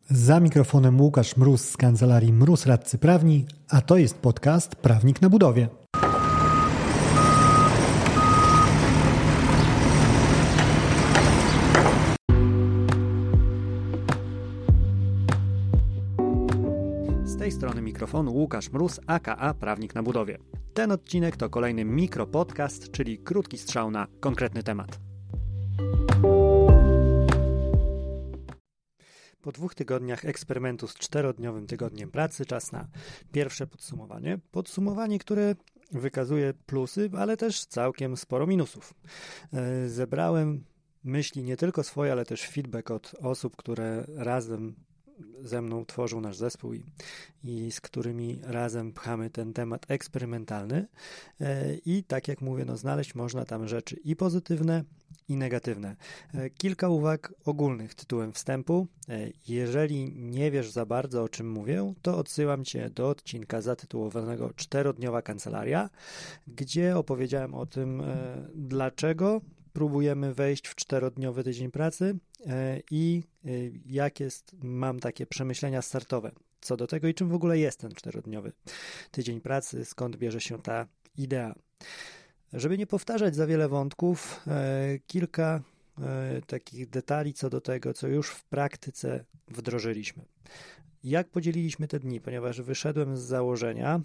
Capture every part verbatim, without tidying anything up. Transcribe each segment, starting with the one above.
Za mikrofonem Łukasz Mróz z kancelarii Mróz Radcy Prawni, a to jest podcast Prawnik na budowie. Z tej strony mikrofonu Łukasz Mróz, aka Prawnik na budowie. Ten odcinek to kolejny mikropodcast, czyli krótki strzał na konkretny temat. Po dwóch tygodniach eksperymentu z czterodniowym tygodniem pracy czas na pierwsze podsumowanie. Podsumowanie, które wykazuje plusy, ale też całkiem sporo minusów. Zebrałem myśli nie tylko swoje, ale też feedback od osób, które razem ze mną tworzą nasz zespół i, i z którymi razem pchamy ten temat eksperymentalny. I tak jak mówię, no znaleźć można tam rzeczy i pozytywne, i negatywne. Kilka uwag ogólnych tytułem wstępu. Jeżeli nie wiesz za bardzo, o czym mówię, to odsyłam Cię do odcinka zatytułowanego Czterodniowa kancelaria, gdzie opowiedziałem o tym, dlaczego próbujemy wejść w czterodniowy tydzień pracy i jak jest, mam takie przemyślenia startowe co do tego i czym w ogóle jest ten czterodniowy tydzień pracy, skąd bierze się ta idea. Żeby nie powtarzać za wiele wątków, kilka takich detali co do tego, co już w praktyce wdrożyliśmy. Jak podzieliliśmy te dni, ponieważ wyszedłem z założenia,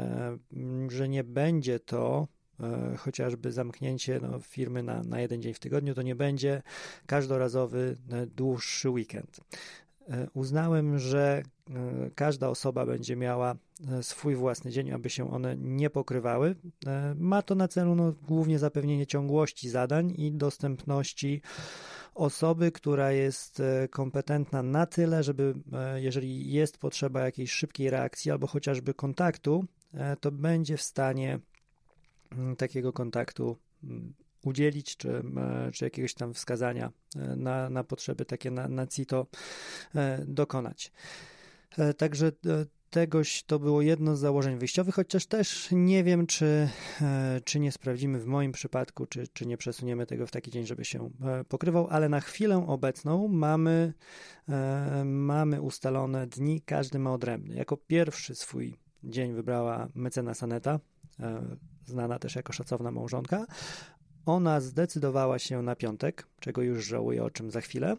że nie będzie to chociażby zamknięcie no, firmy na, na jeden dzień w tygodniu, to nie będzie każdorazowy dłuższy weekend. Uznałem, że każda osoba będzie miała swój własny dzień, aby się one nie pokrywały. Ma to na celu no, głównie zapewnienie ciągłości zadań i dostępności osoby, która jest kompetentna na tyle, żeby jeżeli jest potrzeba jakiejś szybkiej reakcji albo chociażby kontaktu, to będzie w stanie takiego kontaktu udzielić, czy, czy jakiegoś tam wskazania na, na potrzeby takie na, na C I T O dokonać. Także tegoś to było jedno z założeń wyjściowych, chociaż też nie wiem, czy, czy nie sprawdzimy w moim przypadku, czy, czy nie przesuniemy tego w taki dzień, żeby się pokrywał, ale na chwilę obecną mamy, mamy ustalone dni, każdy ma odrębny. Jako pierwszy swój dzień wybrała mecenas Aneta, znana też jako szacowna małżonka. Ona zdecydowała się na piątek, czego już żałuję, o czym za chwilę.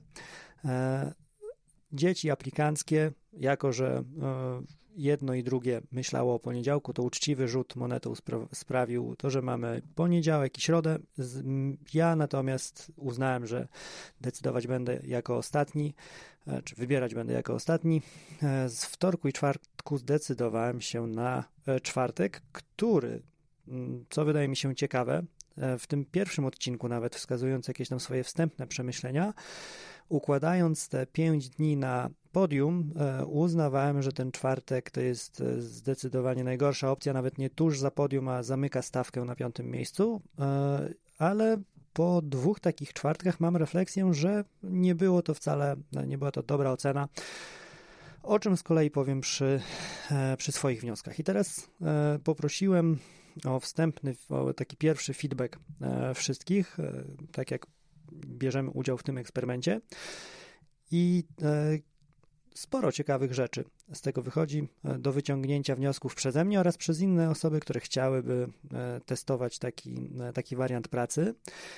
Dzieci aplikanckie, jako że jedno i drugie myślało o poniedziałku, to uczciwy rzut monetą spra- sprawił to, że mamy poniedziałek i środę. Ja natomiast uznałem, że decydować będę jako ostatni, czy wybierać będę jako ostatni. Z wtorku i czwartku zdecydowałem się na czwartek, który, co wydaje mi się ciekawe, w tym pierwszym odcinku nawet wskazując jakieś tam swoje wstępne przemyślenia, układając te pięć dni na podium, uznawałem, że ten czwartek to jest zdecydowanie najgorsza opcja, nawet nie tuż za podium, a zamyka stawkę na piątym miejscu, ale po dwóch takich czwartkach mam refleksję, że nie było to wcale, nie była to dobra ocena, o czym z kolei powiem przy, przy swoich wnioskach. I teraz poprosiłem o wstępny, o taki pierwszy feedback wszystkich, tak jak bierzemy udział w tym eksperymencie i sporo ciekawych rzeczy z tego wychodzi do wyciągnięcia wniosków przeze mnie oraz przez inne osoby, które chciałyby testować taki, taki wariant pracy.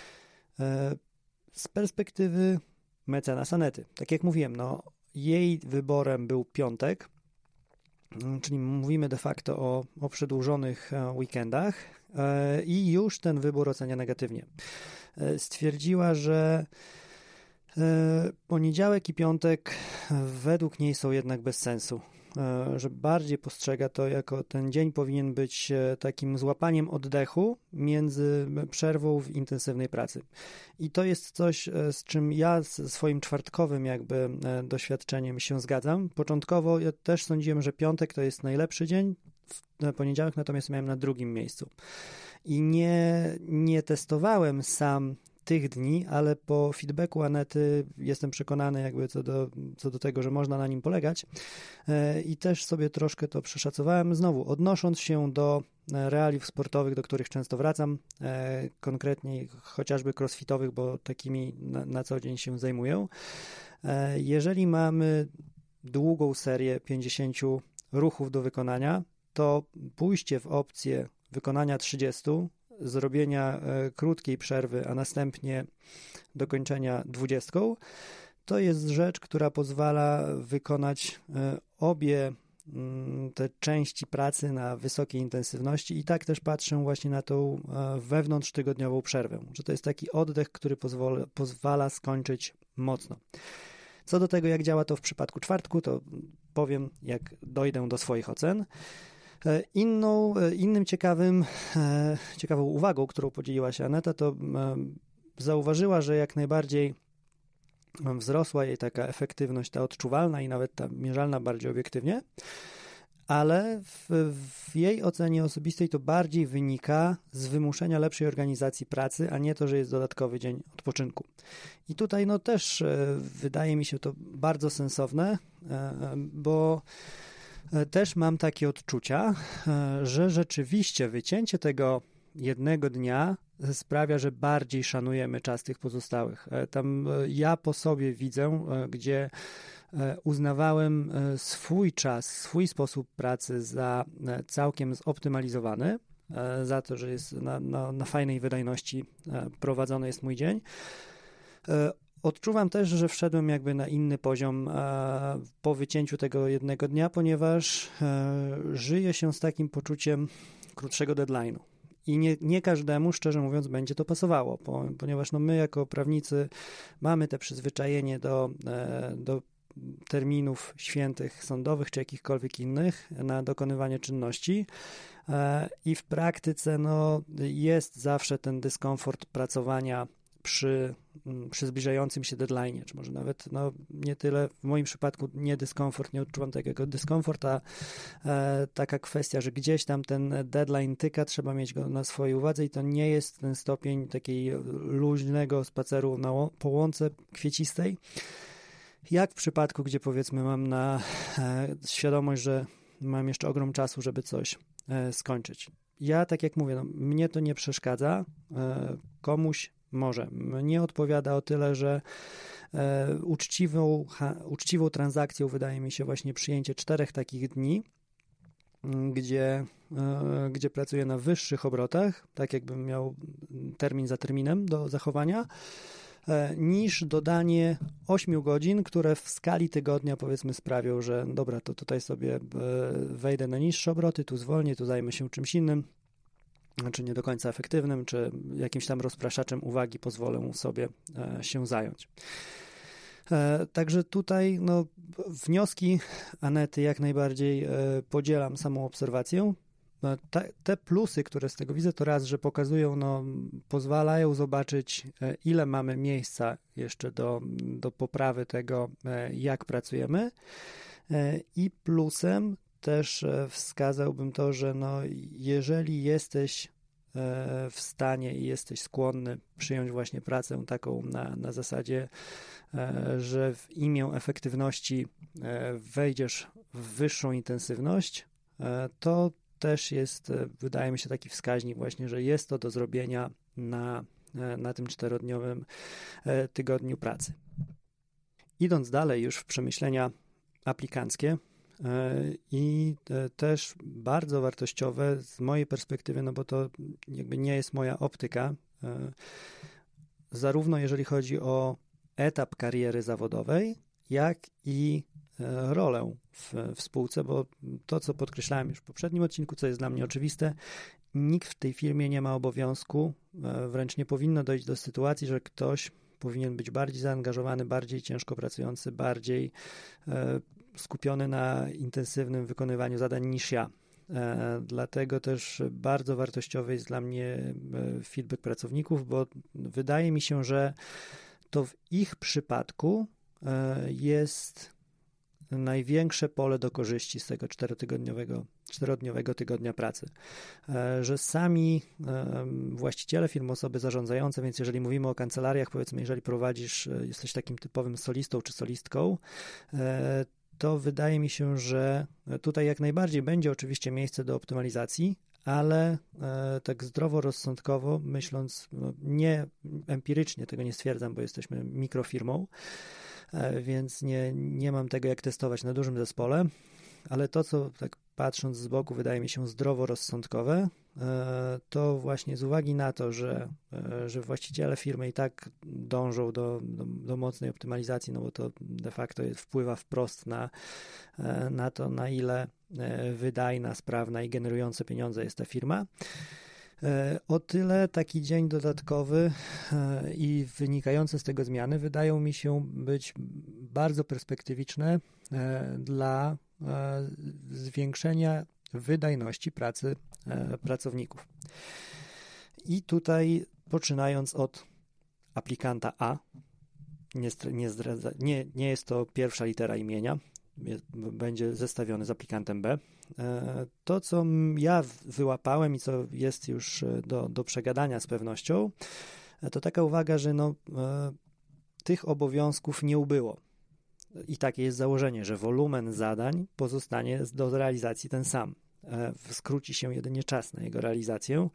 Z perspektywy mecenas Anety, tak jak mówiłem, no, jej wyborem był piątek, czyli mówimy de facto o, o przedłużonych weekendach i już ten wybór ocenia negatywnie. Stwierdziła, że poniedziałek i piątek według niej są jednak bez sensu, że bardziej postrzega to jako ten dzień powinien być takim złapaniem oddechu między przerwą w intensywnej pracy. I to jest coś, z czym ja z swoim czwartkowym jakby doświadczeniem się zgadzam. Początkowo ja też sądziłem, że piątek to jest najlepszy dzień, poniedziałek natomiast miałem na drugim miejscu. I nie, nie testowałem sam tych dni, ale po feedbacku Anety jestem przekonany jakby co do, co do tego, że można na nim polegać i też sobie troszkę to przeszacowałem. Znowu, odnosząc się do realiów sportowych, do których często wracam, konkretnie chociażby crossfitowych, bo takimi na, na co dzień się zajmuję. Jeżeli mamy długą serię pięćdziesięciu ruchów do wykonania, to pójście w opcję wykonania trzydziestu, zrobienia krótkiej przerwy, a następnie dokończenia dwudziestką, to jest rzecz, która pozwala wykonać obie te części pracy na wysokiej intensywności i tak też patrzę właśnie na tą wewnątrztygodniową przerwę, że to jest taki oddech, który pozwala, pozwala skończyć mocno. Co do tego, jak działa to w przypadku czwartku, to powiem, jak dojdę do swoich ocen. Inną, innym ciekawym, ciekawą uwagą, którą podzieliła się Aneta, to zauważyła, że jak najbardziej wzrosła jej taka efektywność, ta odczuwalna i nawet ta mierzalna bardziej obiektywnie, ale w, w jej ocenie osobistej to bardziej wynika z wymuszenia lepszej organizacji pracy, a nie to, że jest dodatkowy dzień odpoczynku. I tutaj no też e, wydaje mi się to bardzo sensowne, e, bo też mam takie odczucia, e, że rzeczywiście wycięcie tego jednego dnia sprawia, że bardziej szanujemy czas tych pozostałych. Tam ja po sobie widzę, gdzie uznawałem swój czas, swój sposób pracy za całkiem zoptymalizowany, za to, że jest na, na, na fajnej wydajności prowadzony jest mój dzień. Odczuwam też, że wszedłem jakby na inny poziom po wycięciu tego jednego dnia, ponieważ żyje się z takim poczuciem krótszego deadline'u. I nie, nie każdemu, szczerze mówiąc, będzie to pasowało, bo, ponieważ no my jako prawnicy mamy te przyzwyczajenie do, do terminów świętych sądowych czy jakichkolwiek innych na dokonywanie czynności i w praktyce no, jest zawsze ten dyskomfort pracowania przy, przy zbliżającym się deadline'ie, czy może nawet no, nie tyle, w moim przypadku nie dyskomfort, nie odczuwam takiego dyskomfort, a e, taka kwestia, że gdzieś tam ten deadline tyka, trzeba mieć go na swojej uwadze i to nie jest ten stopień takiej luźnego spaceru na, po łące kwiecistej, jak w przypadku, gdzie powiedzmy mam na e, świadomość, że mam jeszcze ogrom czasu, żeby coś e, skończyć. Ja, tak jak mówię, no, mnie to nie przeszkadza, e, komuś może. Mnie odpowiada o tyle, że e, uczciwą, ha, uczciwą transakcją wydaje mi się właśnie przyjęcie czterech takich dni, gdzie, e, gdzie pracuję na wyższych obrotach, tak jakbym miał termin za terminem do zachowania, e, niż dodanie ośmiu godzin, które w skali tygodnia powiedzmy sprawią, że dobra, to tutaj sobie e, wejdę na niższe obroty, tu zwolnię, tu zajmę się czymś innym, czy nie do końca efektywnym, czy jakimś tam rozpraszaczem uwagi pozwolę sobie e, się zająć. E, także tutaj no, wnioski Anety jak najbardziej e, podzielam samą obserwację. No, te, te plusy, które z tego widzę, to raz, że pokazują, no, pozwalają zobaczyć, e, ile mamy miejsca jeszcze do, do poprawy tego, e, jak pracujemy. E, I plusem też wskazałbym to, że no, jeżeli jesteś w stanie i jesteś skłonny przyjąć właśnie pracę taką na, na zasadzie, że w imię efektywności wejdziesz w wyższą intensywność, to też jest, wydaje mi się, taki wskaźnik właśnie, że jest to do zrobienia na, na tym czterodniowym tygodniu pracy. Idąc dalej już w przemyślenia aplikanckie, i też bardzo wartościowe z mojej perspektywy, no bo to jakby nie jest moja optyka, zarówno jeżeli chodzi o etap kariery zawodowej, jak i rolę w, w spółce, bo to, co podkreślałem już w poprzednim odcinku, co jest dla mnie oczywiste, nikt w tej firmie nie ma obowiązku, wręcz nie powinno dojść do sytuacji, że ktoś powinien być bardziej zaangażowany, bardziej ciężko pracujący, bardziej skupiony na intensywnym wykonywaniu zadań niż ja. E, dlatego też bardzo wartościowy jest dla mnie feedback pracowników, bo wydaje mi się, że to w ich przypadku e, jest największe pole do korzyści z tego czterotygodniowego, czterodniowego tygodnia pracy. E, że sami e, właściciele firm, osoby zarządzające, więc jeżeli mówimy o kancelariach, powiedzmy, jeżeli prowadzisz, jesteś takim typowym solistą czy solistką, e, to wydaje mi się, że tutaj jak najbardziej będzie oczywiście miejsce do optymalizacji, ale e, tak zdroworozsądkowo myśląc, no, nie empirycznie tego nie stwierdzam, bo jesteśmy mikrofirmą, więc nie, nie mam tego jak testować na dużym zespole, ale to, co tak patrząc z boku wydaje mi się zdroworozsądkowe, to właśnie z uwagi na to, że, że właściciele firmy i tak dążą do, do, do mocnej optymalizacji, no bo to de facto wpływa wprost na, na to, na ile wydajna, sprawna i generująca pieniądze jest ta firma. O tyle taki dzień dodatkowy i wynikające z tego zmiany wydają mi się być bardzo perspektywiczne dla zwiększenia wydajności pracy pracowników. I tutaj poczynając od aplikanta A, nie, nie, zdradza, nie, nie jest to pierwsza litera imienia, będzie zestawiony z aplikantem B. To, co ja wyłapałem i co jest już do, do przegadania z pewnością, to taka uwaga, że no, tych obowiązków nie ubyło. I takie jest założenie, że wolumen zadań pozostanie do realizacji ten sam. Skróci się jedynie czas na jego realizację.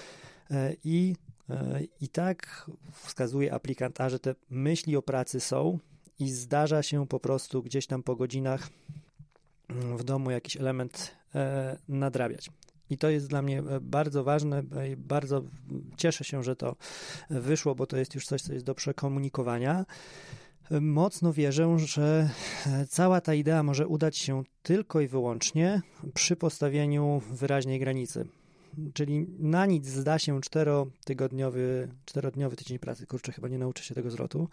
I, i tak wskazuje aplikant A, że te myśli o pracy są i zdarza się po prostu gdzieś tam po godzinach w domu jakiś element nadrabiać. I to jest dla mnie bardzo ważne i bardzo cieszę się, że to wyszło, bo to jest już coś, co jest do przekomunikowania. Mocno wierzę, że cała ta idea może udać się tylko i wyłącznie przy postawieniu wyraźnej granicy. Czyli na nic zda się czterotygodniowy, czterodniowy tydzień pracy. Kurczę, chyba nie nauczę się tego zwrotu.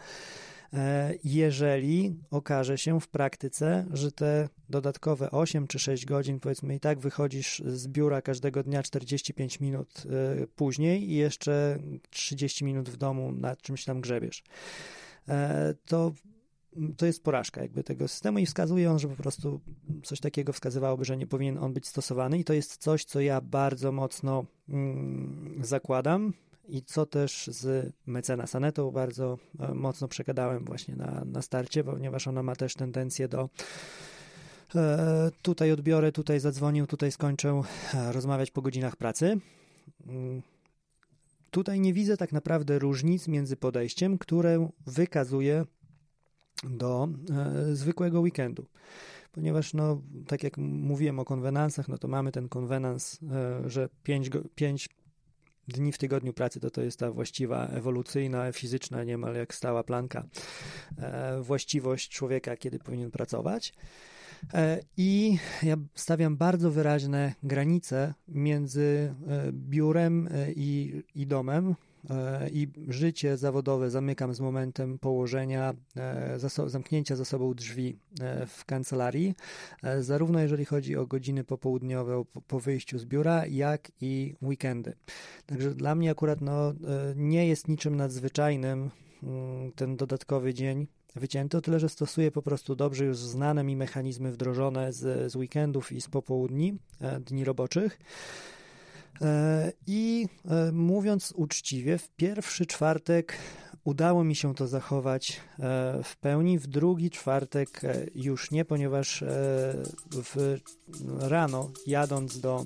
Jeżeli okaże się w praktyce, że te dodatkowe osiem czy sześć godzin, powiedzmy, i tak wychodzisz z biura każdego dnia czterdzieści pięć minut później i jeszcze trzydzieści minut w domu nad czymś tam grzebiesz, to, to jest porażka jakby tego systemu i wskazuje on, że po prostu coś takiego wskazywałoby, że nie powinien on być stosowany i to jest coś, co ja bardzo mocno mm, zakładam i co też z mecenas Anetą bardzo mocno przegadałem właśnie na, na starcie, ponieważ ona ma też tendencję do e, tutaj odbiorę, tutaj zadzwonił, tutaj skończę, e, rozmawiać po godzinach pracy. Mm. Tutaj nie widzę tak naprawdę różnic między podejściem, które wykazuje do e, zwykłego weekendu. Ponieważ, no, tak jak mówiłem o konwenansach, no to mamy ten konwenans, e, że pięć dni w tygodniu pracy to to jest ta właściwa, ewolucyjna, fizyczna, niemal jak stała planka, e, właściwość człowieka, kiedy powinien pracować. I ja stawiam bardzo wyraźne granice między biurem i, i domem i życie zawodowe zamykam z momentem położenia, za, zamknięcia za sobą drzwi w kancelarii, zarówno jeżeli chodzi o godziny popołudniowe po, po wyjściu z biura, jak i weekendy. Także dla mnie akurat no, nie jest niczym nadzwyczajnym ten dodatkowy dzień wycięty, o tyle, że stosuję po prostu dobrze już znane mi mechanizmy wdrożone z, z weekendów i z popołudni, e, dni roboczych. E, I e, mówiąc uczciwie, w pierwszy czwartek udało mi się to zachować e, w pełni, w drugi czwartek e, już nie, ponieważ e, w, rano jadąc do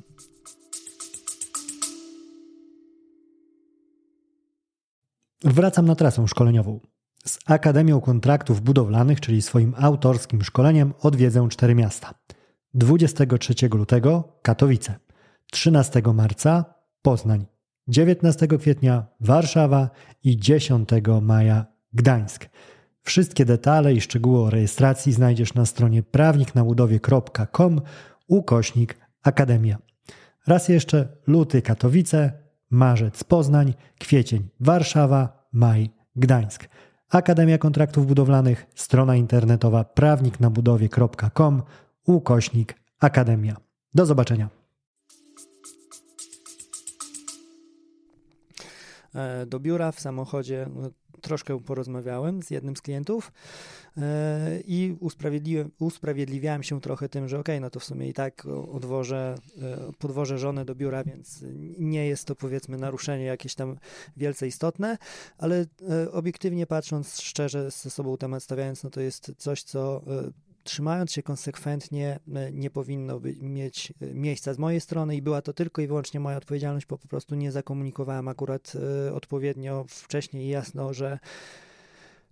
Wracam na trasę szkoleniową. Z Akademią Kontraktów Budowlanych, czyli swoim autorskim szkoleniem, odwiedzę cztery miasta. dwudziestego trzeciego lutego Katowice, trzynastego marca Poznań, dziewiętnastego kwietnia Warszawa i dziesiątego maja Gdańsk. Wszystkie detale i szczegóły o rejestracji znajdziesz na stronie prawniknabudowie kropka com ukośnik Akademia. Raz jeszcze luty Katowice, marzec Poznań, kwiecień Warszawa, maj Gdańsk. Akademia Kontraktów Budowlanych, strona internetowa prawniknabudowie kropka com ukośnik Akademia. Do zobaczenia. Do biura w samochodzie troszkę porozmawiałem z jednym z klientów i usprawiedliwiałem, usprawiedliwiałem się trochę tym, że okej, okay, no to w sumie i tak odwożę, podwożę żonę do biura, więc nie jest to powiedzmy naruszenie jakieś tam wielce istotne, ale obiektywnie patrząc, szczerze ze sobą temat stawiając, no to jest coś, co trzymając się konsekwentnie nie powinno by mieć miejsca z mojej strony i była to tylko i wyłącznie moja odpowiedzialność, bo po prostu nie zakomunikowałem akurat odpowiednio wcześniej i jasno, że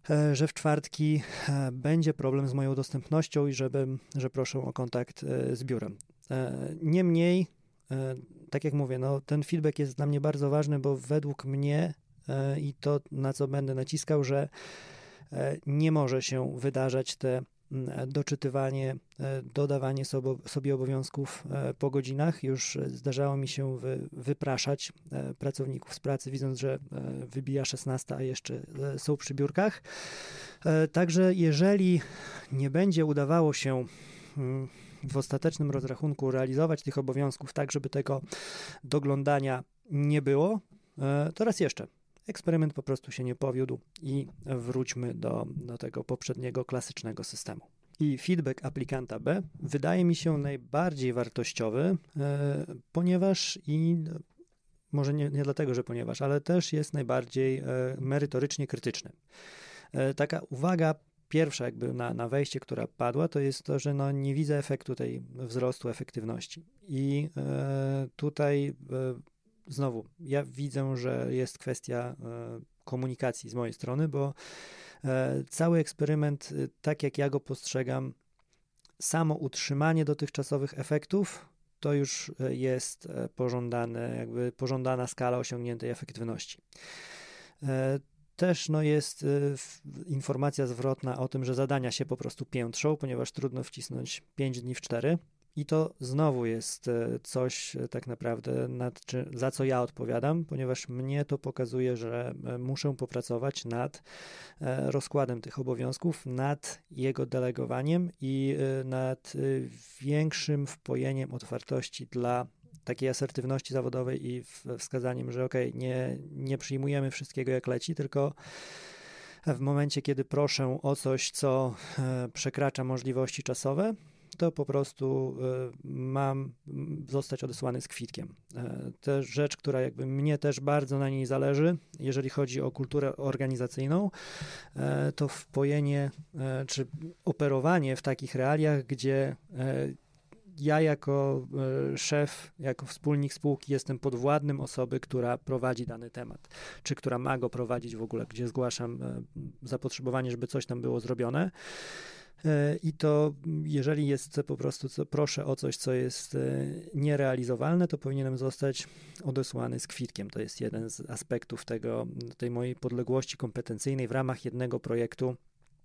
że w czwartki będzie problem z moją dostępnością i żeby, że proszę o kontakt z biurem. Niemniej, tak jak mówię, no, ten feedback jest dla mnie bardzo ważny, bo według mnie i to, na co będę naciskał, że nie może się wydarzać te doczytywanie, dodawanie sobie, sobie obowiązków po godzinach. Już zdarzało mi się wy, wypraszać pracowników z pracy, widząc, że wybija szesnasta, a jeszcze są przy biurkach. Także jeżeli nie będzie udawało się w ostatecznym rozrachunku realizować tych obowiązków tak, żeby tego doglądania nie było, to raz jeszcze. Eksperyment po prostu się nie powiódł i wróćmy do, do tego poprzedniego klasycznego systemu. I feedback aplikanta B wydaje mi się najbardziej wartościowy, e, ponieważ i może nie, nie dlatego, że ponieważ, ale też jest najbardziej e, merytorycznie krytyczny. E, taka uwaga pierwsza jakby na, na wejście, która padła, to jest to, że no nie widzę efektu tej wzrostu efektywności. I e, tutaj e, znowu, ja widzę, że jest kwestia komunikacji z mojej strony, bo cały eksperyment, tak jak ja go postrzegam, samo utrzymanie dotychczasowych efektów, to już jest pożądane, jakby pożądana skala osiągniętej efektywności. Też no, jest informacja zwrotna o tym, że zadania się po prostu piętrzą, ponieważ trudno wcisnąć pięć dni w cztery. I to znowu jest coś tak naprawdę, nad czy, za co ja odpowiadam, ponieważ mnie to pokazuje, że muszę popracować nad rozkładem tych obowiązków, nad jego delegowaniem i nad większym wpojeniem otwartości dla takiej asertywności zawodowej i wskazaniem, że okej, okay, nie, nie przyjmujemy wszystkiego jak leci, tylko w momencie, kiedy proszę o coś, co przekracza możliwości czasowe, to po prostu mam zostać odesłany z kwitkiem. To rzecz, która jakby mnie też bardzo na niej zależy, jeżeli chodzi o kulturę organizacyjną, to wpojenie czy operowanie w takich realiach, gdzie ja jako szef, jako wspólnik spółki jestem podwładnym osoby, która prowadzi dany temat, czy która ma go prowadzić w ogóle, gdzie zgłaszam zapotrzebowanie, żeby coś tam było zrobione. I to jeżeli jest po prostu, co, proszę o coś, co jest nierealizowalne, to powinienem zostać odesłany z kwitkiem. To jest jeden z aspektów tego, tej mojej podległości kompetencyjnej w ramach jednego projektu,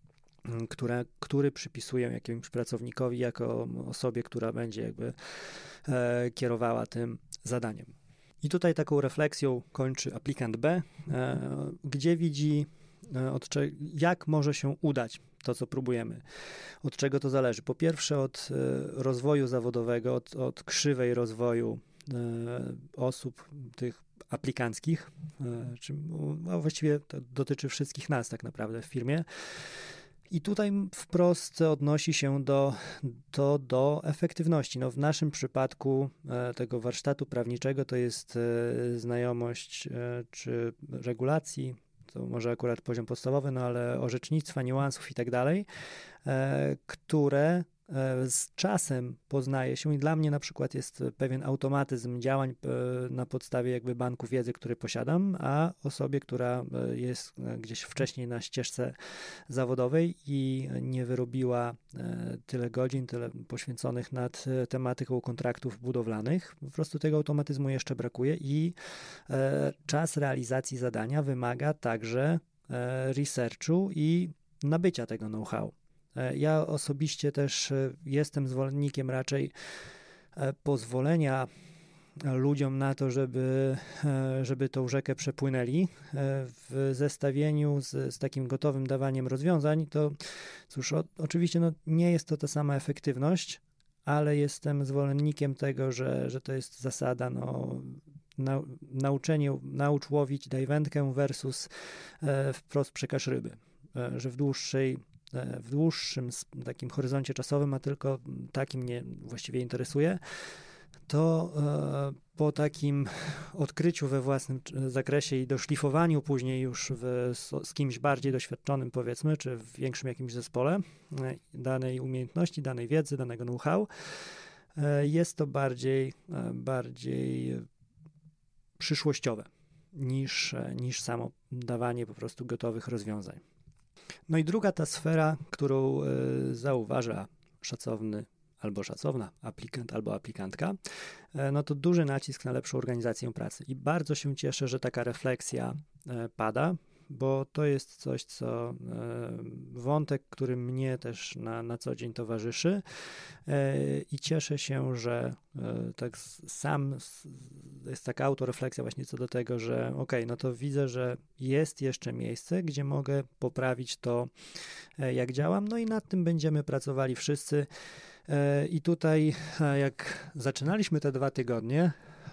które, który przypisuję jakiemuś pracownikowi jako osobie, która będzie jakby e, kierowała tym zadaniem. I tutaj taką refleksją kończy aplikant B, e, gdzie widzi, e, od cze- jak może się udać to, co próbujemy. Od czego to zależy? Po pierwsze od e, rozwoju zawodowego, od, od krzywej rozwoju e, osób tych aplikanckich, e, czy, no, właściwie to dotyczy wszystkich nas tak naprawdę w firmie. I tutaj wprost odnosi się do, do, do efektywności. No w naszym przypadku e, tego warsztatu prawniczego to jest e, znajomość e, czy regulacji, to może akurat poziom podstawowy, no ale orzecznictwa, niuansów i tak dalej, e, które z czasem poznaje się i dla mnie na przykład jest pewien automatyzm działań na podstawie jakby banku wiedzy, który posiadam, a osobie, która jest gdzieś wcześniej na ścieżce zawodowej i nie wyrobiła tyle godzin, tyle poświęconych nad tematyką kontraktów budowlanych, po prostu tego automatyzmu jeszcze brakuje i czas realizacji zadania wymaga także researchu i nabycia tego know-how. Ja osobiście też jestem zwolennikiem raczej pozwolenia ludziom na to, żeby, żeby tą rzekę przepłynęli. W zestawieniu z, z takim gotowym dawaniem rozwiązań, to cóż, o, oczywiście no, nie jest to ta sama efektywność, ale jestem zwolennikiem tego, że, że to jest zasada no, nau, nauczenie, naucz łowić, daj wędkę versus wprost przekaż ryby, że w dłuższej w dłuższym takim horyzoncie czasowym, a tylko taki mnie właściwie interesuje, to po takim odkryciu we własnym zakresie i doszlifowaniu później już w, z kimś bardziej doświadczonym, powiedzmy, czy w większym jakimś zespole danej umiejętności, danej wiedzy, danego know-how, jest to bardziej, bardziej przyszłościowe niż, niż samo dawanie po prostu gotowych rozwiązań. No i druga ta sfera, którą y, zauważa szacowny albo szacowna aplikant albo aplikantka, no to duży nacisk na lepszą organizację pracy. I bardzo się cieszę, że taka refleksja pada, bo to jest coś, co wątek, który mnie też na, na co dzień towarzyszy i cieszę się, że tak sam jest taka autorefleksja właśnie co do tego, że okej, okay, no to widzę, że jest jeszcze miejsce, gdzie mogę poprawić to, jak działam, no i nad tym będziemy pracowali wszyscy. I tutaj, jak zaczynaliśmy te dwa tygodnie,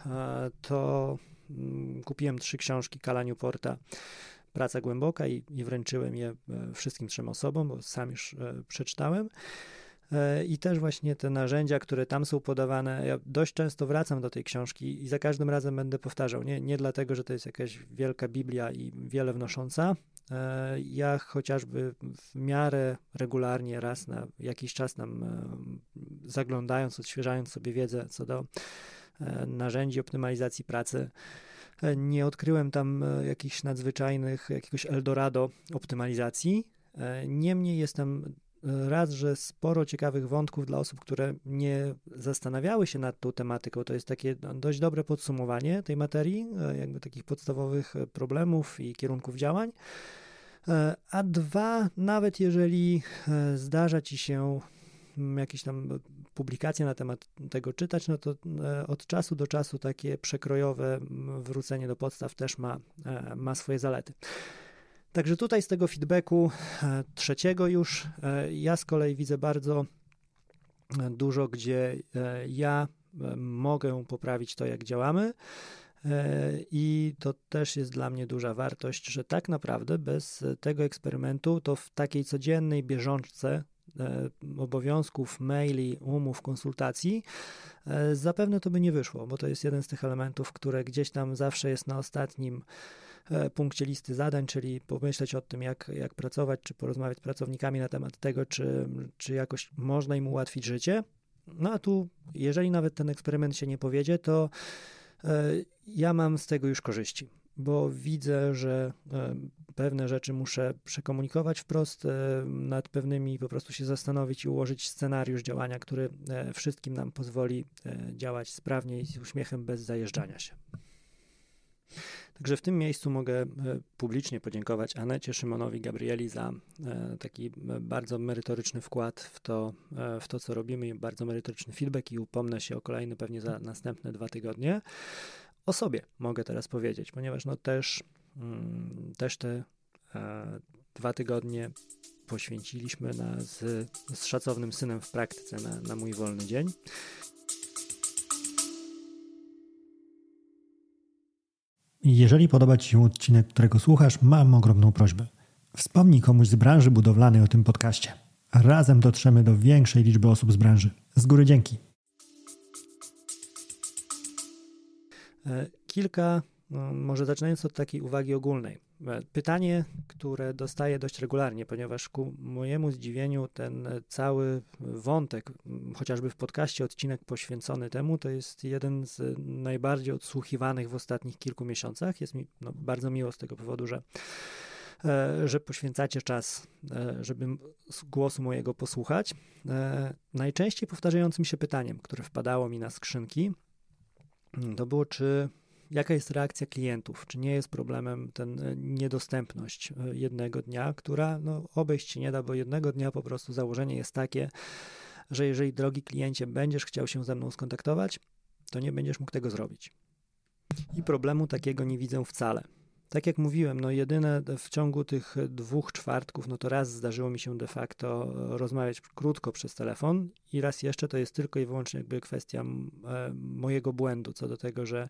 to kupiłem trzy książki Cala Newporta, Praca głęboka i, i wręczyłem je wszystkim trzem osobom, bo sam już przeczytałem. I też właśnie te narzędzia, które tam są podawane, ja dość często wracam do tej książki i za każdym razem będę powtarzał, nie, nie dlatego, że to jest jakaś wielka Biblia i wiele wnosząca. Ja chociażby w miarę regularnie, raz na jakiś czas nam zaglądając, odświeżając sobie wiedzę co do narzędzi optymalizacji pracy, nie odkryłem tam jakichś nadzwyczajnych, jakiegoś Eldorado optymalizacji. Niemniej jestem raz, że sporo ciekawych wątków dla osób, które nie zastanawiały się nad tą tematyką. To jest takie dość dobre podsumowanie tej materii, jakby takich podstawowych problemów i kierunków działań. A dwa, nawet jeżeli zdarza ci się jakieś tam publikacje na temat tego czytać, no to od czasu do czasu takie przekrojowe wrócenie do podstaw też ma, ma swoje zalety. Także tutaj z tego feedbacku trzeciego już ja z kolei widzę bardzo dużo, gdzie ja mogę poprawić to, jak działamy i to też jest dla mnie duża wartość, że tak naprawdę bez tego eksperymentu to w takiej codziennej bieżączce obowiązków, maili, umów, konsultacji, zapewne to by nie wyszło, bo to jest jeden z tych elementów, które gdzieś tam zawsze jest na ostatnim punkcie listy zadań, czyli pomyśleć o tym, jak, jak pracować, czy porozmawiać z pracownikami na temat tego, czy, czy jakoś można im ułatwić życie. No a tu, jeżeli nawet ten eksperyment się nie powiedzie, to ja mam z tego już korzyści, bo widzę, że pewne rzeczy muszę przekomunikować wprost, nad pewnymi po prostu się zastanowić i ułożyć scenariusz działania, który wszystkim nam pozwoli działać sprawnie i z uśmiechem bez zajeżdżania się. Także w tym miejscu mogę publicznie podziękować Anecie, Szymonowi, Gabrieli za taki bardzo merytoryczny wkład w to, w to, co robimy, bardzo merytoryczny feedback i upomnę się o kolejny pewnie za następne dwa tygodnie. O sobie mogę teraz powiedzieć, ponieważ no też, też te dwa tygodnie poświęciliśmy na, z, z szacownym synem w praktyce na, na mój wolny dzień. Jeżeli podoba Ci się odcinek, którego słuchasz, mam ogromną prośbę. Wspomnij komuś z branży budowlanej o tym podcaście. Razem dotrzemy do większej liczby osób z branży. Z góry dzięki. Kilka, no może zaczynając od takiej uwagi ogólnej. Pytanie, które dostaję dość regularnie, ponieważ ku mojemu zdziwieniu ten cały wątek, chociażby w podcaście odcinek poświęcony temu, to jest jeden z najbardziej odsłuchiwanych w ostatnich kilku miesiącach. Jest mi no, bardzo miło z tego powodu, że, że poświęcacie czas, żeby głosu mojego posłuchać. Najczęściej powtarzającym się pytaniem, które wpadało mi na skrzynki, to było, czy jaka jest reakcja klientów? Czy nie jest problemem ten niedostępność jednego dnia, która no, obejść się nie da, bo jednego dnia po prostu założenie jest takie, że jeżeli, drogi kliencie, będziesz chciał się ze mną skontaktować, to nie będziesz mógł tego zrobić. I problemu takiego nie widzę wcale. Tak jak mówiłem, no jedyne w ciągu tych dwóch czwartków, no to raz zdarzyło mi się de facto rozmawiać krótko przez telefon i raz jeszcze to jest tylko i wyłącznie jakby kwestia e, mojego błędu co do tego, że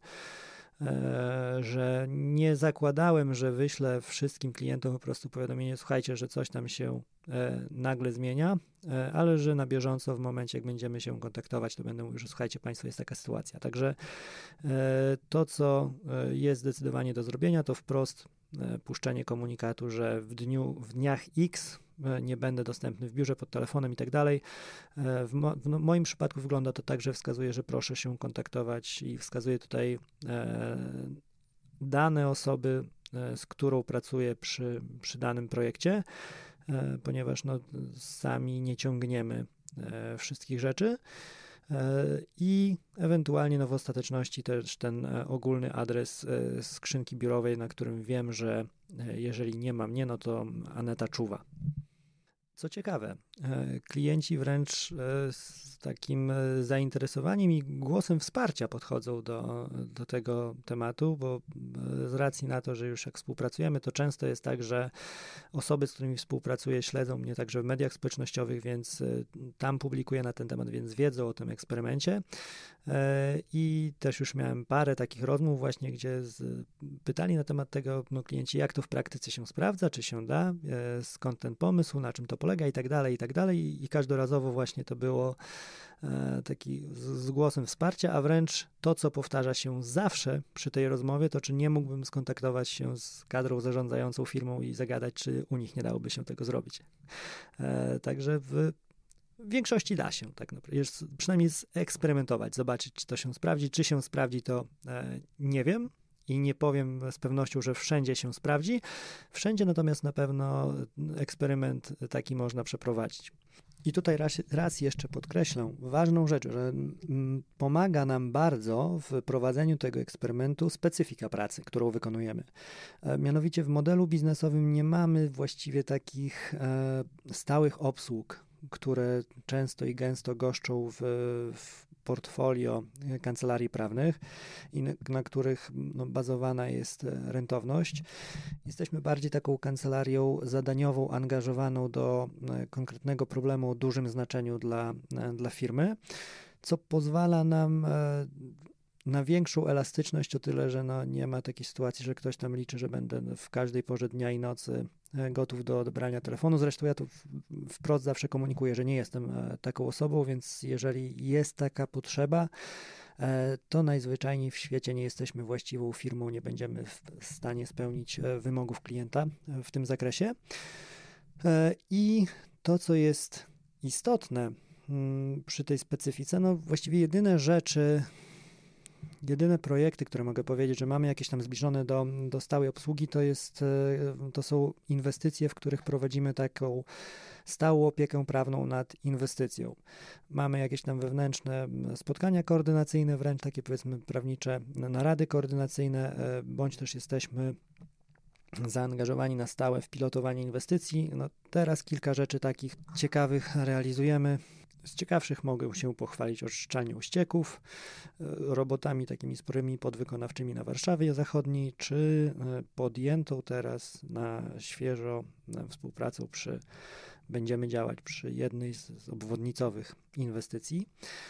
że nie zakładałem, że wyślę wszystkim klientom po prostu powiadomienie, słuchajcie, że coś tam się nagle zmienia, ale że na bieżąco w momencie, jak będziemy się kontaktować, to będę mówił, że słuchajcie Państwo, jest taka sytuacja. Także to, co jest zdecydowanie do zrobienia, to wprost puszczenie komunikatu, że w dniu, w dniach X nie będę dostępny w biurze, pod telefonem i tak dalej. W, mo- w moim przypadku wygląda to tak, że wskazuje, że proszę się kontaktować i wskazuje tutaj e, dane osoby z którą pracuję przy, przy danym projekcie, ponieważ no, sami nie ciągniemy wszystkich rzeczy. I ewentualnie no w ostateczności też ten ogólny adres skrzynki biurowej, na którym wiem, że jeżeli nie ma mnie, no to Aneta czuwa. Co ciekawe, klienci wręcz z takim zainteresowaniem i głosem wsparcia podchodzą do, do tego tematu, bo z racji na to, że już jak współpracujemy, to często jest tak, że osoby, z którymi współpracuję, śledzą mnie także w mediach społecznościowych, więc tam publikuję na ten temat, więc wiedzą o tym eksperymencie. I też już miałem parę takich rozmów właśnie, gdzie z, pytali na temat tego no, klienci, jak to w praktyce się sprawdza, czy się da, skąd ten pomysł, na czym to polega i tak dalej, i tak dalej. I każdorazowo właśnie to było e, taki z, z głosem wsparcia, a wręcz to, co powtarza się zawsze przy tej rozmowie, to czy nie mógłbym skontaktować się z kadrą zarządzającą firmą i zagadać, czy u nich nie dałoby się tego zrobić. E, także w W większości da się, tak naprawdę. Jest, przynajmniej zeksperymentować, zobaczyć, czy to się sprawdzi. Czy się sprawdzi, to e, nie wiem i nie powiem z pewnością, że wszędzie się sprawdzi. Wszędzie natomiast na pewno eksperyment taki można przeprowadzić. I tutaj raz, raz jeszcze podkreślę ważną rzecz, że m, pomaga nam bardzo w prowadzeniu tego eksperymentu specyfika pracy, którą wykonujemy. E, mianowicie w modelu biznesowym nie mamy właściwie takich e, stałych obsług, które często i gęsto goszczą w, w portfolio kancelarii prawnych i na, na których no, bazowana jest rentowność. Jesteśmy bardziej taką kancelarią zadaniową, angażowaną do konkretnego problemu o dużym znaczeniu dla, dla firmy, co pozwala nam na większą elastyczność o tyle, że no nie ma takiej sytuacji, że ktoś tam liczy, że będę w każdej porze dnia i nocy gotów do odebrania telefonu. Zresztą ja tu wprost zawsze komunikuję, że nie jestem taką osobą, więc jeżeli jest taka potrzeba, to najzwyczajniej w świecie nie jesteśmy właściwą firmą, nie będziemy w stanie spełnić wymogów klienta w tym zakresie. I to, co jest istotne przy tej specyfice, no właściwie jedyne rzeczy, Jedyne projekty, które mogę powiedzieć, że mamy jakieś tam zbliżone do, do stałej obsługi, to, jest, to są inwestycje, w których prowadzimy taką stałą opiekę prawną nad inwestycją. Mamy jakieś tam wewnętrzne spotkania koordynacyjne, wręcz takie powiedzmy prawnicze narady koordynacyjne, bądź też jesteśmy zaangażowani na stałe w pilotowanie inwestycji. No teraz kilka rzeczy takich ciekawych realizujemy. Z ciekawszych mogę się pochwalić oczyszczalnią ścieków, robotami takimi sporymi podwykonawczymi na Warszawie Zachodniej, czy podjętą teraz na świeżo na współpracą przy, będziemy działać przy jednej z, z obwodnicowych inwestycji.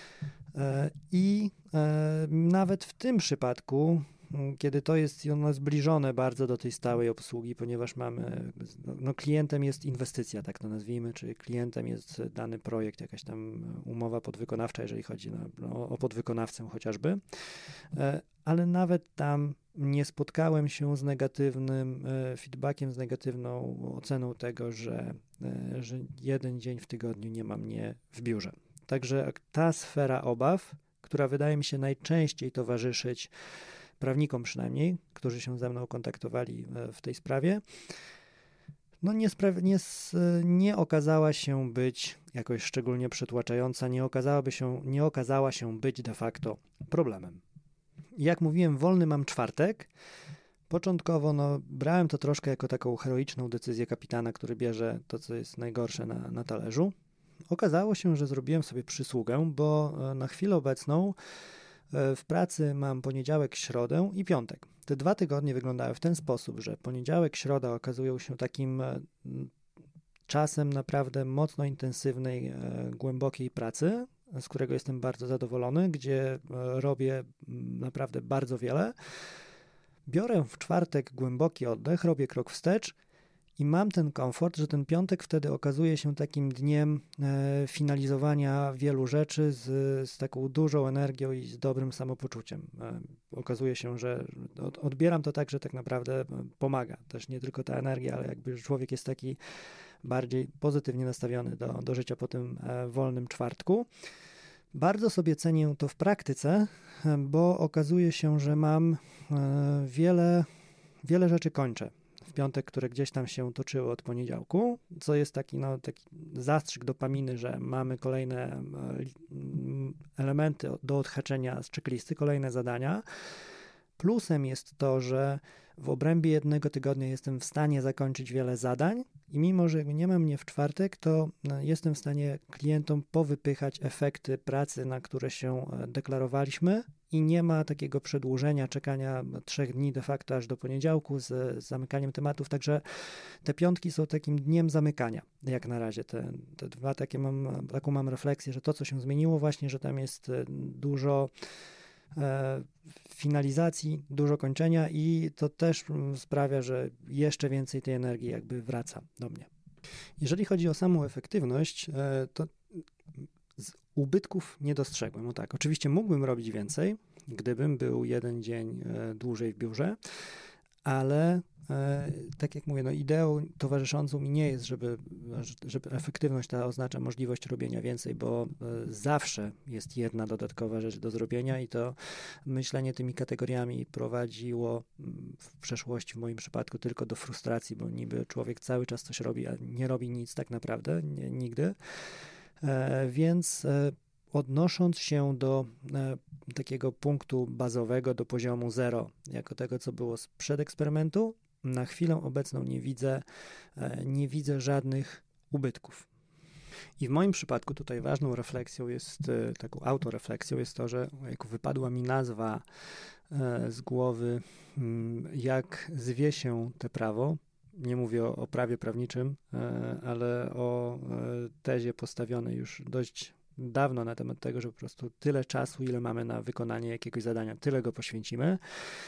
I nawet w tym przypadku, kiedy to jest ono zbliżone bardzo do tej stałej obsługi, ponieważ mamy, no klientem jest inwestycja, tak to nazwijmy, czy klientem jest dany projekt, jakaś tam umowa podwykonawcza, jeżeli chodzi na, no, o podwykonawcę chociażby, ale nawet tam nie spotkałem się z negatywnym feedbackiem, z negatywną oceną tego, że, że jeden dzień w tygodniu nie ma mnie w biurze. Także ta sfera obaw, która wydaje mi się najczęściej towarzyszyć prawnikom przynajmniej, którzy się ze mną kontaktowali w tej sprawie, no nie, spra- nie, nie okazała się być jakoś szczególnie przytłaczająca, nie okazałaby się, nie okazała się być de facto problemem. Jak mówiłem, wolny mam czwartek. Początkowo no, brałem to troszkę jako taką heroiczną decyzję kapitana, który bierze to, co jest najgorsze na, na talerzu. Okazało się, że zrobiłem sobie przysługę, bo na chwilę obecną w pracy mam poniedziałek, środę i piątek. Te dwa tygodnie wyglądały w ten sposób, że poniedziałek, środa okazują się takim czasem naprawdę mocno intensywnej, głębokiej pracy, z którego jestem bardzo zadowolony, gdzie robię naprawdę bardzo wiele. Biorę w czwartek głęboki oddech, robię krok wstecz i mam ten komfort, że ten piątek wtedy okazuje się takim dniem e, finalizowania wielu rzeczy z, z taką dużą energią i z dobrym samopoczuciem. E, okazuje się, że od, odbieram to tak, że tak naprawdę pomaga. Też nie tylko ta energia, ale jakby człowiek jest taki bardziej pozytywnie nastawiony do, do życia po tym e, wolnym czwartku. Bardzo sobie cenię to w praktyce, bo okazuje się, że mam e, wiele wiele rzeczy kończę w piątek, które gdzieś tam się toczyły od poniedziałku, co jest taki, no, taki zastrzyk dopaminy, że mamy kolejne elementy do odhaczenia z checklisty, kolejne zadania. Plusem jest to, że w obrębie jednego tygodnia jestem w stanie zakończyć wiele zadań i mimo, że nie ma mnie w czwartek, to jestem w stanie klientom powypychać efekty pracy, na które się deklarowaliśmy i nie ma takiego przedłużenia, czekania trzech dni de facto aż do poniedziałku z, z zamykaniem tematów, także te piątki są takim dniem zamykania, jak na razie. Te, te dwa takie mam, taką mam refleksję, że to, co się zmieniło właśnie, że tam jest dużo e, finalizacji, dużo kończenia i to też sprawia, że jeszcze więcej tej energii jakby wraca do mnie. Jeżeli chodzi o samą efektywność, e, to z ubytków nie dostrzegłem. No tak, oczywiście mógłbym robić więcej, gdybym był jeden dzień e, dłużej w biurze, ale e, tak jak mówię, no ideą towarzyszącą mi nie jest, żeby, żeby efektywność ta oznacza możliwość robienia więcej, bo e, zawsze jest jedna dodatkowa rzecz do zrobienia i to myślenie tymi kategoriami prowadziło w przeszłości, w moim przypadku, tylko do frustracji, bo niby człowiek cały czas coś robi, a nie robi nic tak naprawdę, nie, nigdy. E, więc e, odnosząc się do e, takiego punktu bazowego, do poziomu zero, jako tego, co było sprzed eksperymentu, na chwilę obecną nie widzę, e, nie widzę żadnych ubytków. I w moim przypadku tutaj ważną refleksją jest, e, taką autorefleksją jest to, że jak wypadła mi nazwa e, z głowy, m, jak zwie się te prawo, nie mówię o, o prawie prawniczym, e, ale o e, tezie postawionej już dość dawno na temat tego, że po prostu tyle czasu, ile mamy na wykonanie jakiegoś zadania, tyle go poświęcimy.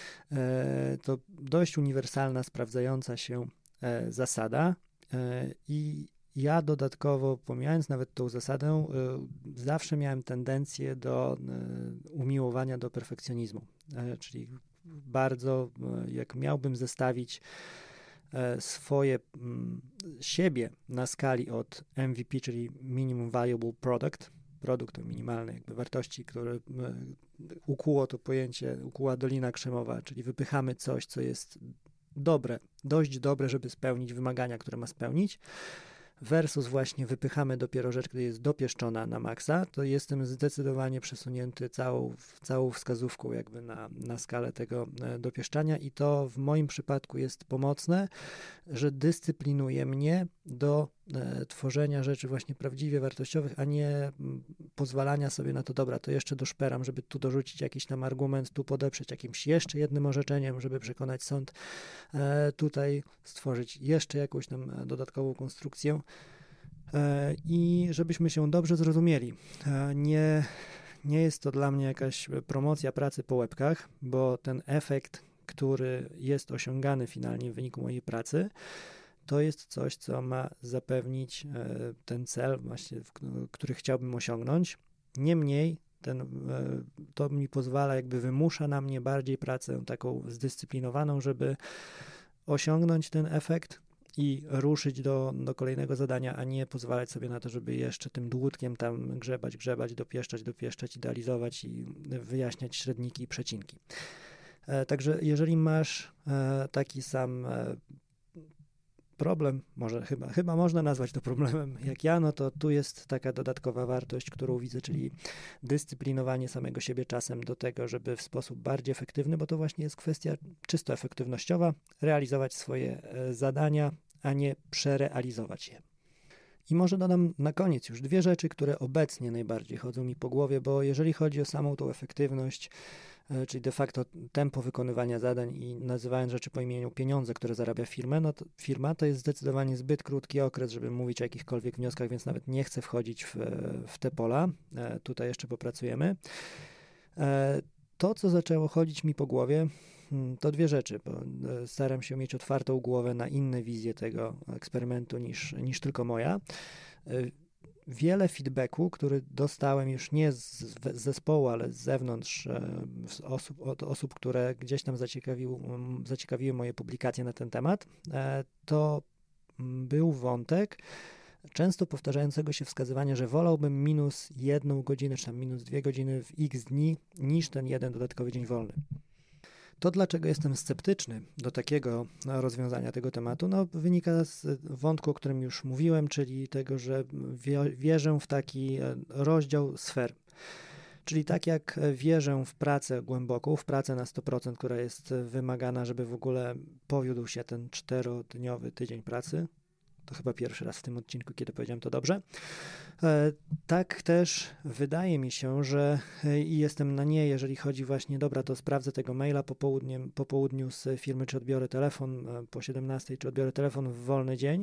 E, to dość uniwersalna, sprawdzająca się e, zasada e, i ja dodatkowo, pomijając nawet tą zasadę, e, zawsze miałem tendencję do e, umiłowania do perfekcjonizmu, e, czyli bardzo, e, jak miałbym zestawić swoje siebie na skali od M V P, czyli Minimum Viable Product, produkt o minimalnej jakby wartości, które ukuło to pojęcie, ukuła Dolina Krzemowa, czyli wypychamy coś, co jest dobre, dość dobre, żeby spełnić wymagania, które ma spełnić, versus właśnie wypychamy dopiero rzecz, która jest dopieszczona na maksa, to jestem zdecydowanie przesunięty całą, całą wskazówką jakby na, na skalę tego dopieszczania i to w moim przypadku jest pomocne, że dyscyplinuje mnie do e, tworzenia rzeczy właśnie prawdziwie wartościowych, a nie m, pozwalania sobie na to, dobra, to jeszcze doszperam, żeby tu dorzucić jakiś tam argument, tu podeprzeć jakimś jeszcze jednym orzeczeniem, żeby przekonać sąd, e, tutaj stworzyć jeszcze jakąś tam dodatkową konstrukcję e, i żebyśmy się dobrze zrozumieli. E, nie, nie jest to dla mnie jakaś promocja pracy po łebkach, bo ten efekt, który jest osiągany finalnie w wyniku mojej pracy, to jest coś, co ma zapewnić ten cel, właśnie, który chciałbym osiągnąć. Niemniej ten, to mi pozwala, jakby wymusza na mnie bardziej pracę taką zdyscyplinowaną, żeby osiągnąć ten efekt i ruszyć do, do kolejnego zadania, a nie pozwalać sobie na to, żeby jeszcze tym dłutkiem tam grzebać, grzebać, dopieszczać, dopieszczać, idealizować i wyjaśniać średniki i przecinki. Także jeżeli masz taki sam problem, może chyba, chyba można nazwać to problemem jak ja, no to tu jest taka dodatkowa wartość, którą widzę, czyli dyscyplinowanie samego siebie czasem do tego, żeby w sposób bardziej efektywny, bo to właśnie jest kwestia czysto efektywnościowa, realizować swoje zadania, a nie przerealizować je. I może dodam na koniec już dwie rzeczy, które obecnie najbardziej chodzą mi po głowie, bo jeżeli chodzi o samą tą efektywność, czyli de facto tempo wykonywania zadań i nazywając rzeczy po imieniu pieniądze, które zarabia firmę, no to firma, to jest zdecydowanie zbyt krótki okres, żeby mówić o jakichkolwiek wnioskach, więc nawet nie chcę wchodzić w, w te pola. Tutaj jeszcze popracujemy. To, co zaczęło chodzić mi po głowie, to dwie rzeczy, bo staram się mieć otwartą głowę na inne wizje tego eksperymentu niż, niż tylko moja. Wiele feedbacku, który dostałem już nie z, z zespołu, ale z zewnątrz, z osób, od osób, które gdzieś tam zaciekawił, zaciekawiły moje publikacje na ten temat, to był wątek często powtarzającego się wskazywania, że wolałbym minus jedną godzinę, czy tam minus dwie godziny w x dni, niż ten jeden dodatkowy dzień wolny. To, dlaczego jestem sceptyczny do takiego rozwiązania tego tematu, no, wynika z wątku, o którym już mówiłem, czyli tego, że wie, wierzę w taki rozdział sfer. Czyli tak jak wierzę w pracę głęboką, w pracę na sto procent, która jest wymagana, żeby w ogóle powiódł się ten czterodniowy tydzień pracy, to chyba pierwszy raz w tym odcinku, kiedy powiedziałem to dobrze, tak też wydaje mi się, że i jestem na nie, jeżeli chodzi właśnie, dobra, to sprawdzę tego maila po, południem, po południu z firmy, czy odbiorę telefon po siedemnastej, czy odbiorę telefon w wolny dzień.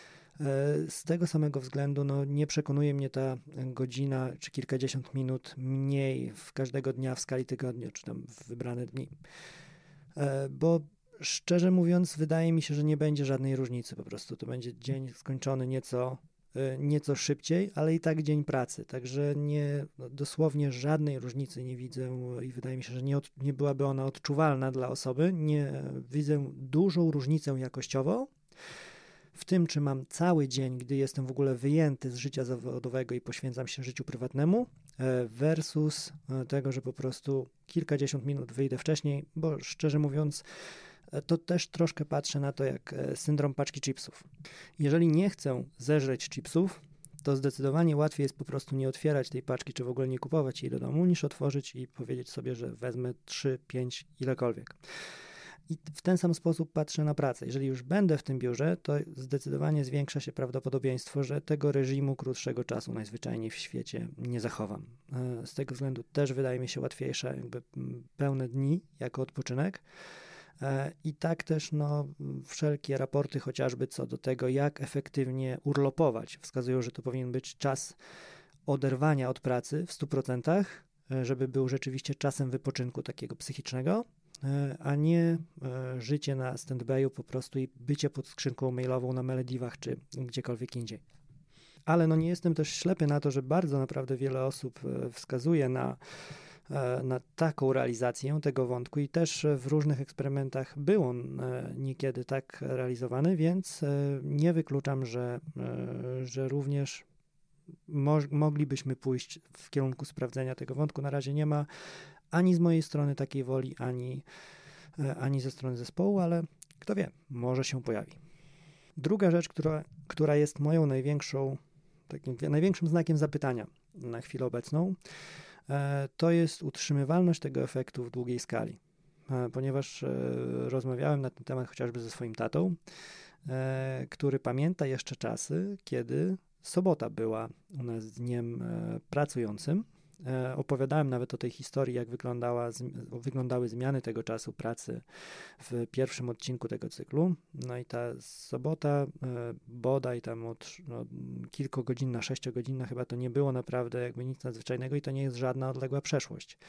Z tego samego względu no, nie przekonuje mnie ta godzina czy kilkadziesiąt minut mniej w każdego dnia w skali tygodnia, czy tam w wybrane dni. Bo szczerze mówiąc, wydaje mi się, że nie będzie żadnej różnicy po prostu. To będzie dzień skończony nieco, nieco szybciej, ale i tak dzień pracy. Także nie, no, dosłownie żadnej różnicy nie widzę i wydaje mi się, że nie, od, nie byłaby ona odczuwalna dla osoby. Nie widzę dużą różnicę jakościową w tym, czy mam cały dzień, gdy jestem w ogóle wyjęty z życia zawodowego i poświęcam się życiu prywatnemu, versus tego, że po prostu kilkadziesiąt minut wyjdę wcześniej, bo szczerze mówiąc, to też troszkę patrzę na to jak syndrom paczki chipsów. Jeżeli nie chcę zeżreć chipsów, to zdecydowanie łatwiej jest po prostu nie otwierać tej paczki, czy w ogóle nie kupować jej do domu, niż otworzyć i powiedzieć sobie, że wezmę trzy, pięć, ilekolwiek. I w ten sam sposób patrzę na pracę. Jeżeli już będę w tym biurze, to zdecydowanie zwiększa się prawdopodobieństwo, że tego reżimu krótszego czasu najzwyczajniej w świecie nie zachowam. Z tego względu też wydaje mi się łatwiejsze jakby pełne dni jako odpoczynek. I tak też no, wszelkie raporty chociażby co do tego, jak efektywnie urlopować, wskazują, że to powinien być czas oderwania od pracy w stu procentach, żeby był rzeczywiście czasem wypoczynku takiego psychicznego, a nie życie na stand-by'u po prostu i bycie pod skrzynką mailową na Malediwach czy gdziekolwiek indziej. Ale no nie jestem też ślepy na to, że bardzo naprawdę wiele osób wskazuje na, na taką realizację tego wątku i też w różnych eksperymentach był on niekiedy tak realizowany, więc nie wykluczam, że, że również mo- moglibyśmy pójść w kierunku sprawdzenia tego wątku. Na razie nie ma ani z mojej strony takiej woli, ani, ani ze strony zespołu, ale kto wie, może się pojawi. Druga rzecz, która, która jest moją największą, takim największym znakiem zapytania na chwilę obecną, to jest utrzymywalność tego efektu w długiej skali. Ponieważ rozmawiałem na ten temat chociażby ze swoim tatą, który pamięta jeszcze czasy, kiedy sobota była u nas dniem pracującym. Opowiadałem nawet o tej historii, jak wyglądała, wyglądały zmiany tego czasu pracy w pierwszym odcinku tego cyklu. No i ta sobota bodaj tam od no, kilkugodzinna, sześciogodzinna chyba to nie było naprawdę jakby nic nadzwyczajnego i to nie jest żadna odległa przeszłość.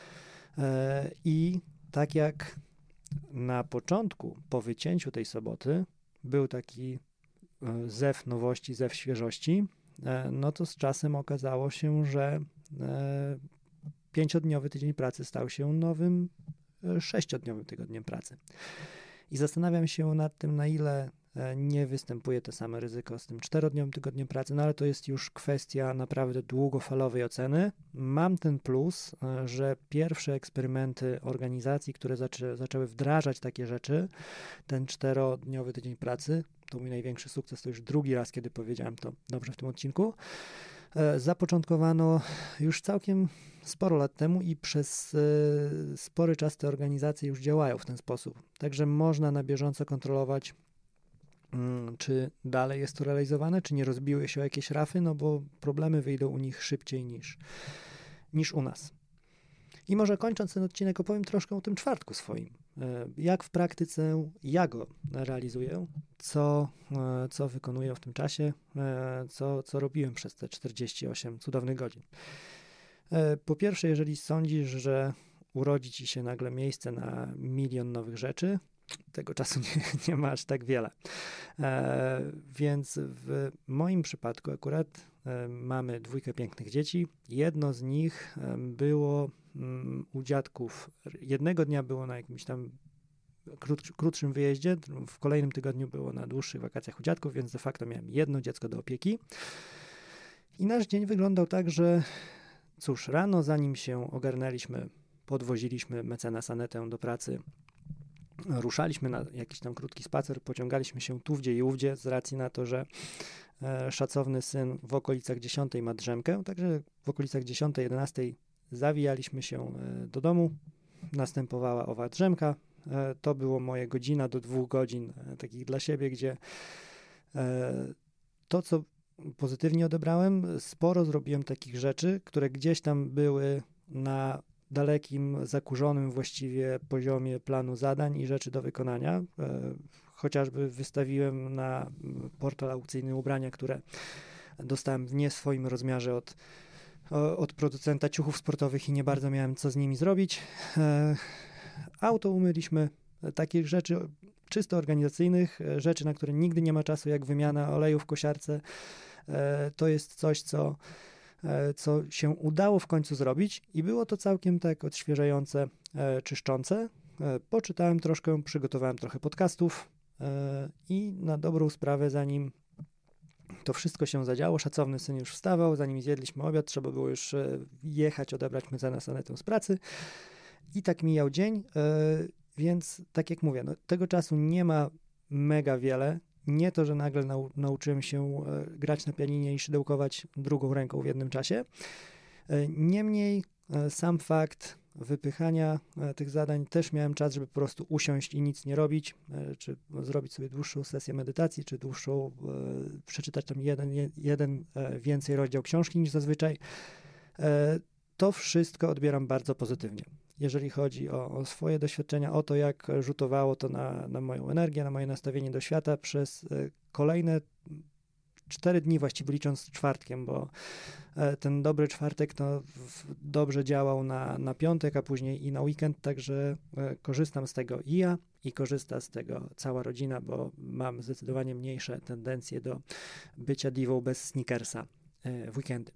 I tak jak na początku, po wycięciu tej soboty był taki zew nowości, zew świeżości, no to z czasem okazało się, że pięciodniowy tydzień pracy stał się nowym sześciodniowym tygodniem pracy. I zastanawiam się nad tym, na ile nie występuje to samo ryzyko z tym czterodniowym tygodniem pracy, no ale to jest już kwestia naprawdę długofalowej oceny. Mam ten plus, że pierwsze eksperymenty organizacji, które zaczę, zaczęły wdrażać takie rzeczy, ten czterodniowy tydzień pracy, to mój największy sukces, to już drugi raz, kiedy powiedziałem to dobrze w tym odcinku, zapoczątkowano już całkiem sporo lat temu i przez spory czas te organizacje już działają w ten sposób. Także można na bieżąco kontrolować, czy dalej jest to realizowane, czy nie rozbiły się o jakieś rafy, no bo problemy wyjdą u nich szybciej niż, niż u nas. I może kończąc ten odcinek opowiem troszkę o tym czwartku swoim. Jak w praktyce ja go realizuję, co, co wykonuję w tym czasie, co, co robiłem przez te czterdzieści osiem cudownych godzin. Po pierwsze, jeżeli sądzisz, że urodzi ci się nagle miejsce na milion nowych rzeczy, tego czasu nie, nie ma aż tak wiele. E, więc w moim przypadku akurat e, mamy dwójkę pięknych dzieci. Jedno z nich e, było um, u dziadków. Jednego dnia było na jakimś tam krót, krótszym wyjeździe, w kolejnym tygodniu było na dłuższych wakacjach u dziadków, więc de facto miałem jedno dziecko do opieki. I nasz dzień wyglądał tak, że cóż, rano zanim się ogarnęliśmy podwoziliśmy mecenasa Anetę do pracy. Ruszaliśmy na jakiś tam krótki spacer, pociągaliśmy się tu gdzie i ówdzie z racji na to, że e, szacowny syn w okolicach dziesiątej ma drzemkę, także w okolicach dziesiątej, jedenastej zawijaliśmy się e, do domu, następowała owa drzemka. E, to było moje godzina do dwóch godzin e, takich dla siebie, gdzie e, to, co pozytywnie odebrałem, sporo zrobiłem takich rzeczy, które gdzieś tam były na dalekim, zakurzonym właściwie poziomie planu zadań i rzeczy do wykonania. E, chociażby wystawiłem na portal aukcyjny ubrania, które dostałem w nie swoim rozmiarze od, od producenta ciuchów sportowych i nie bardzo miałem co z nimi zrobić. E, auto umyliśmy, takich rzeczy czysto organizacyjnych, rzeczy, na które nigdy nie ma czasu, jak wymiana oleju w kosiarce. E, to jest coś, co co się udało w końcu zrobić i było to całkiem tak odświeżające, e, czyszczące. E, poczytałem troszkę, przygotowałem trochę podcastów e, i na dobrą sprawę, zanim to wszystko się zadziało, szacowny syn już wstawał, zanim zjedliśmy obiad, trzeba było już e, jechać, odebrać mecenasa Anetę z pracy i tak mijał dzień, e, więc tak jak mówię, no, tego czasu nie ma mega wiele. Nie to, że nagle nau- nauczyłem się e, grać na pianinie i szydełkować drugą ręką w jednym czasie. E, niemniej e, sam fakt wypychania e, tych zadań też miałem czas, żeby po prostu usiąść i nic nie robić, e, czy zrobić sobie dłuższą sesję medytacji, czy dłuższą, e, przeczytać tam jeden, je, jeden e, więcej rozdział książki niż zazwyczaj. E, to wszystko odbieram bardzo pozytywnie. Jeżeli chodzi o, o swoje doświadczenia, o to, jak rzutowało to na, na moją energię, na moje nastawienie do świata przez y, kolejne cztery dni, właściwie licząc czwartkiem, bo y, ten dobry czwartek to w, dobrze działał na, na piątek, a później i na weekend, także y, korzystam z tego i ja, i korzysta z tego cała rodzina, bo mam zdecydowanie mniejsze tendencje do bycia diwą bez sneakersa y, w weekendy.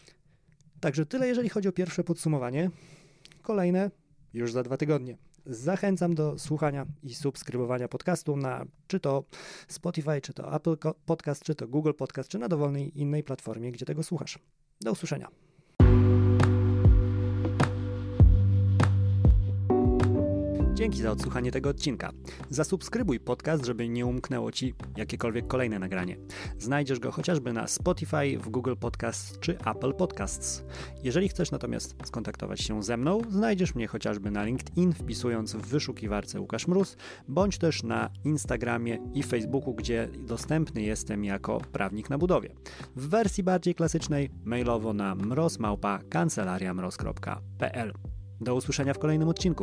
Także tyle, jeżeli chodzi o pierwsze podsumowanie. Kolejne już za dwa tygodnie. Zachęcam do słuchania i subskrybowania podcastu na czy to Spotify, czy to Apple Podcast, czy to Google Podcast, czy na dowolnej innej platformie, gdzie tego słuchasz. Do usłyszenia. Dzięki za odsłuchanie tego odcinka. Zasubskrybuj podcast, żeby nie umknęło Ci jakiekolwiek kolejne nagranie. Znajdziesz go chociażby na Spotify, w Google Podcasts czy Apple Podcasts. Jeżeli chcesz natomiast skontaktować się ze mną, znajdziesz mnie chociażby na LinkedIn, wpisując w wyszukiwarce Łukasz Mróz, bądź też na Instagramie i Facebooku, gdzie dostępny jestem jako prawnik na budowie. W wersji bardziej klasycznej mailowo na mroz małpa kancelaria mroz kropka p l. Do usłyszenia w kolejnym odcinku.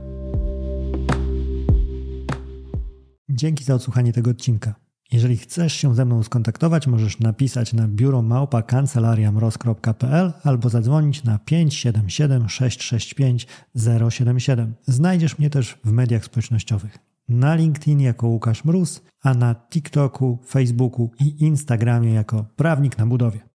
Dzięki za odsłuchanie tego odcinka. Jeżeli chcesz się ze mną skontaktować, możesz napisać na biuro małpa kancelaria mroz kropka p l albo zadzwonić na pięć siedem siedem sześć sześć pięć zero siedem siedem. Znajdziesz mnie też w mediach społecznościowych. Na LinkedIn jako Łukasz Mróz, a na TikToku, Facebooku i Instagramie jako prawnik na budowie.